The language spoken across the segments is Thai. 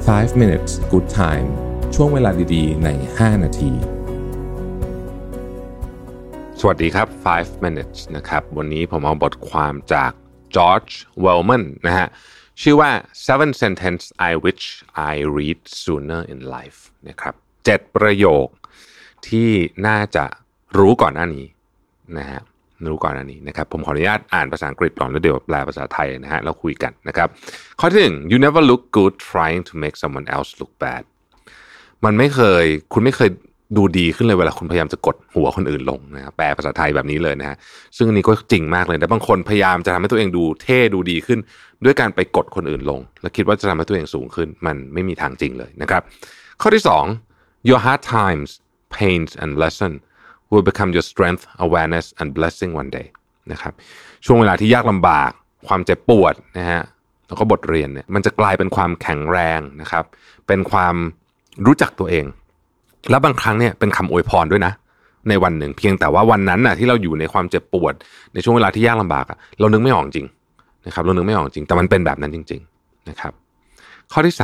5 minutes good time ช่วงเวลาดีๆใน5นาทีสวัสดีครับ5 minutes นะครับวันนี้ผมเอาบทความจากจอร์จเวลแมนนะฮะชื่อว่า Seven Sentences I Wish I Read Sooner in Life นะครับ7ประโยคที่น่าจะรู้ก่อนหน้านี้นะฮะรู้ก่อนหน้านี้นะครับผมขออนุญาตอ่านภาษาอังกฤษก่อนแล้วเดี๋ยวแปลภาษาไทยนะฮะแล้วคุยกันนะครับข้อที่1 You never look good trying to make someone else look bad คุณไม่เคยดูดีขึ้นเลยเวลาคุณพยายามจะกดหัวคนอื่นลงนะครับแปลภาษาไทยแบบนี้เลยนะฮะซึ่งอันนี้ก็จริงมากเลยแต่บางคนพยายามจะทำให้ตัวเองดูเท่ดูดีขึ้นด้วยการไปกดคนอื่นลงและคิดว่าจะทำให้ตัวเองสูงขึ้นมันไม่มีทางจริงเลยนะครับข้อที่2 Your hard times pains and lesson will become your strength awareness and blessing one day นะครับช่วงเวลาที่ยากลำบากความเจ็บปวดนะฮะแล้วก็บทเรียนเนี่ยมันจะกลายเป็นความแข็งแรงนะครับเป็นความรู้จักตัวเองแล้วบางครั้งเนี่ยเป็นคำอวยพรด้วยนะในวันหนึ่งเพียงแต่ว่าวันนั้นน่ะที่เราอยู่ในความเจ็บปวดในช่วงเวลาที่ยากลำบากเรานึกไม่ออกจริงนะครับเรานึกไม่ออกจริงแต่มันเป็นแบบนั้นจริงๆนะครับข้อที่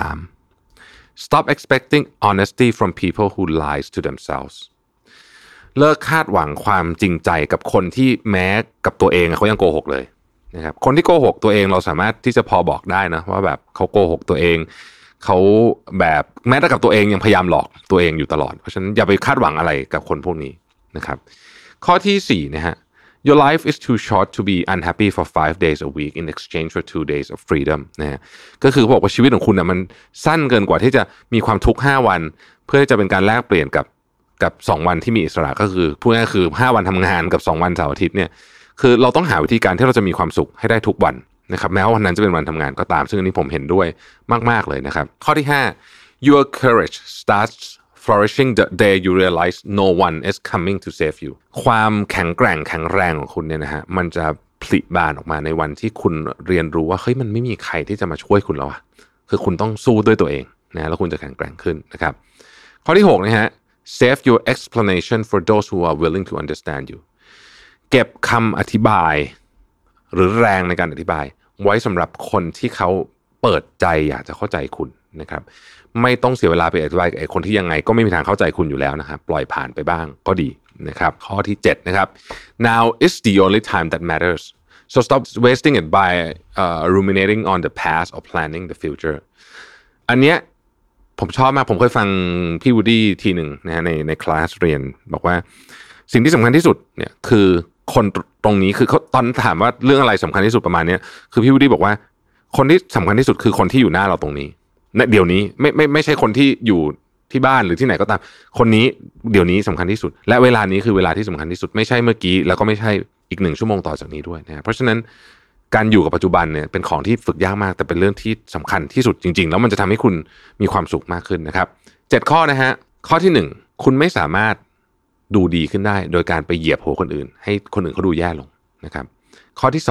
3 Stop expecting honesty from people who lies to themselves เลิกคาดหวังความจริงใจกับคนที่แม้กับตัวเองเขายังโกหกเลยนะครับคนที่โกหกตัวเองเราสามารถที่จะพอบอกได้นะว่าแบบเขาโกหกตัวเองเขาแบบแม้แต่กับตัวเองยังพยายามหลอกตัวเองอยู่ตลอดเพราะฉะนั้นอย่าไปคาดหวังอะไรกับคนพวกนี้นะครับข้อที่4นะฮะ Your life is too short to be unhappy for 5 days a week in exchange for 2 days of freedom นะฮะก็คือเขาบอกว่าชีวิตของคุณนะมันสั้นเกินกว่าที่จะมีความทุกข์5วันเพื่อจะเป็นการแลกเปลี่ยนกับ2วันที่มีอิสระก็คือพูดง่ายๆคือ5วันทำงานกับ2วันเสาร์อาทิตย์เนี่ยคือเราต้องหาวิธีการที่เราจะมีความสุขให้ได้ทุกวันนะครับแม้ว่าวันนั้นจะเป็นวันทำงานก็ตามซึ่งอันนี้ผมเห็นด้วยมากๆเลยนะครับข้อที่5 Your courage starts flourishing the day you realize no one is coming to save you ความแข็งแกร่งแข็งแรงของคุณเนี่ยนะฮะมันจะผลิบานออกมาในวันที่คุณเรียนรู้ว่าเฮ้ยมันไม่มีใครที่จะมาช่วยคุณแล้วอะคือคุณต้องสู้ด้วยตัวเองนะแล้วคุณจะแข็งแกร่งขึ้นนะครับข้อที่6นะฮะSave your explanation for those who are willing to understand you เก็บคำอธิบายหรือแรงในการอธิบายไว้สำหรับคนที่เขาเปิดใจอยากจะเข้าใจคุณนะครับไม่ต้องเสียเวลาไปอธิบายกับคนที่ยังไงก็ไม่มีทางเข้าใจคุณอยู่แล้วนะครับปล่อยผ่านไปบ้างก็ดีนะครับข้อที่7นะครับ Now is the only time that matters so stop wasting it by ruminating on the past or planning the future อันเนี้ยผมชอบมากผมเคยฟังพี่วูดดี้ทีหนึ่งนะฮะในคลาสเรียนบอกว่าสิ่งที่สำคัญที่สุดเนี่ยคือคนตรงนี้คือเขาตอนถามว่าเรื่องอะไรสำคัญที่สุดประมาณนี้คือพี่วูดดี้บอกว่าคนที่สำคัญที่สุดคือคนที่อยู่หน้าเราตรงนี้เดี๋ยวนี้ไม่ใช่คนที่อยู่ที่บ้านหรือที่ไหนก็ตามคนนี้เดี๋ยวนี้สำคัญที่สุดและเวลานี้คือเวลาที่สำคัญที่สุดไม่ใช่เมื่อกี้แล้วก็ไม่ใช่อีก1 ชั่วโมงต่อจากนี้ด้วยนะเพราะฉะนั้นการอยู่กับปัจจุบันเนี่ยเป็นของที่ฝึกยากมากแต่เป็นเรื่องที่สำคัญที่สุดจริงๆแล้วมันจะทำให้คุณมีความสุขมากขึ้นนะครับ7ข้อนะฮะข้อที่1คุณไม่สามารถดูดีขึ้นได้โดยการไปเหยียบหัวคนอื่นให้คนอื่นเขาดูแย่ลงนะครับข้อที่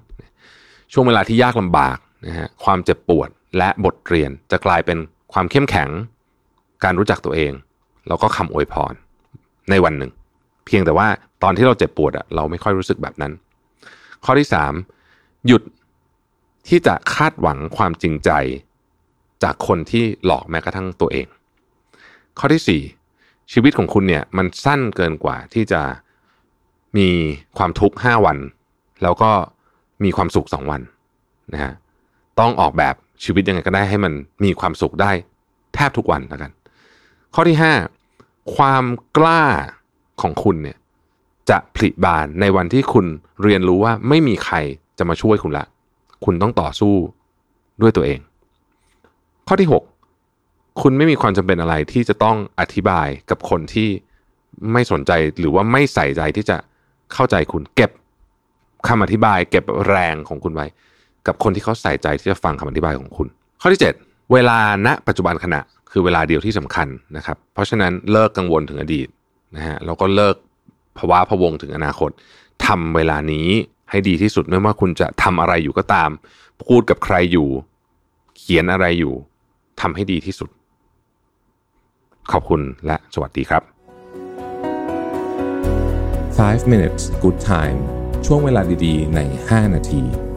2ช่วงเวลาที่ยากลำบากนะฮะความเจ็บปวดและบทเรียนจะกลายเป็นความเข้มแข็งการรู้จักตัวเองแล้วก็คำอวยพรในวันหนึ่งเพียงแต่ว่าตอนที่เราเจ็บปวดเราไม่ค่อยรู้สึกแบบนั้นข้อที่3หยุดที่จะคาดหวังความจริงใจจากคนที่หลอกแม้กระทั่งตัวเองข้อที่4ชีวิตของคุณเนี่ยมันสั้นเกินกว่าที่จะมีความทุกข์5วันแล้วก็มีความสุข2วันนะฮะต้องออกแบบชีวิตยังไงก็ได้ให้มันมีความสุขได้แทบทุกวันแล้วกันข้อที่5ความกล้าของคุณเนี่ยจะผลิบานในวันที่คุณเรียนรู้ว่าไม่มีใครจะมาช่วยคุณละคุณต้องต่อสู้ด้วยตัวเองข้อที่6คุณไม่มีความจำเป็นอะไรที่จะต้องอธิบายกับคนที่ไม่สนใจหรือว่าไม่ใส่ใจที่จะเข้าใจคุณเก็บคำอธิบายเก็บแรงของคุณไว้กับคนที่เขาใส่ใจที่จะฟังคำอธิบายของคุณข้อที่7เวลาณปัจจุบันขณะคือเวลาเดียวที่สำคัญนะครับเพราะฉะนั้นเลิกกังวลถึงอดีตนะฮะแล้วก็เลิกภาวะพะวงถึงอนาคตทำเวลานี้ให้ดีที่สุดไม่ว่าคุณจะทำอะไรอยู่ก็ตามพูดกับใครอยู่เขียนอะไรอยู่ทำให้ดีที่สุดขอบคุณและสวัสดีครับ 5 minutes good time ช่วงเวลาดีๆใน5นาที